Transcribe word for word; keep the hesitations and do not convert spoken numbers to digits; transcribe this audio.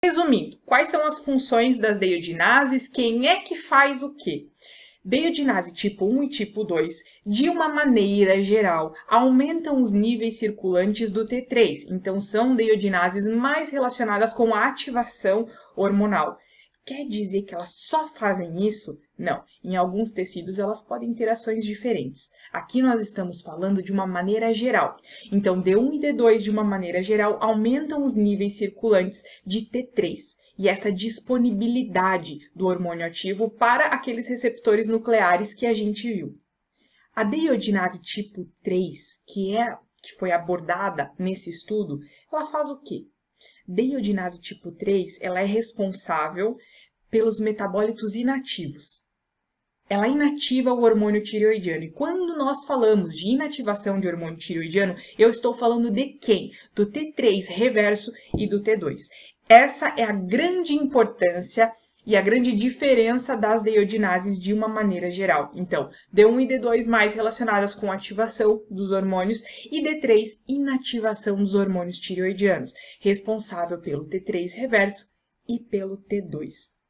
Resumindo, quais são as funções das deiodinases? Quem é que faz o quê? Deiodinase tipo um e tipo dois, de uma maneira geral, aumentam os níveis circulantes do T três, então são deiodinases mais relacionadas com a ativação hormonal. Quer dizer que elas só fazem isso? Não, em alguns tecidos elas podem ter ações diferentes. Aqui nós estamos falando de uma maneira geral. Então, D um e D dois, de uma maneira geral, aumentam os níveis circulantes de T três. E essa disponibilidade do hormônio ativo para aqueles receptores nucleares que a gente viu. A deiodinase tipo três, que, é, que foi abordada nesse estudo, ela faz o quê? Deiodinase tipo três, ela é responsável pelos metabólitos inativos. Ela inativa o hormônio tireoidiano. E quando nós falamos de inativação de hormônio tireoidiano, eu estou falando de quem? Do T três reverso e do T dois. Essa é a grande importância e a grande diferença das deiodinases de uma maneira geral. Então, D um e D dois mais relacionadas com ativação dos hormônios e D três inativação dos hormônios tireoidianos, responsável pelo T três reverso e pelo T dois.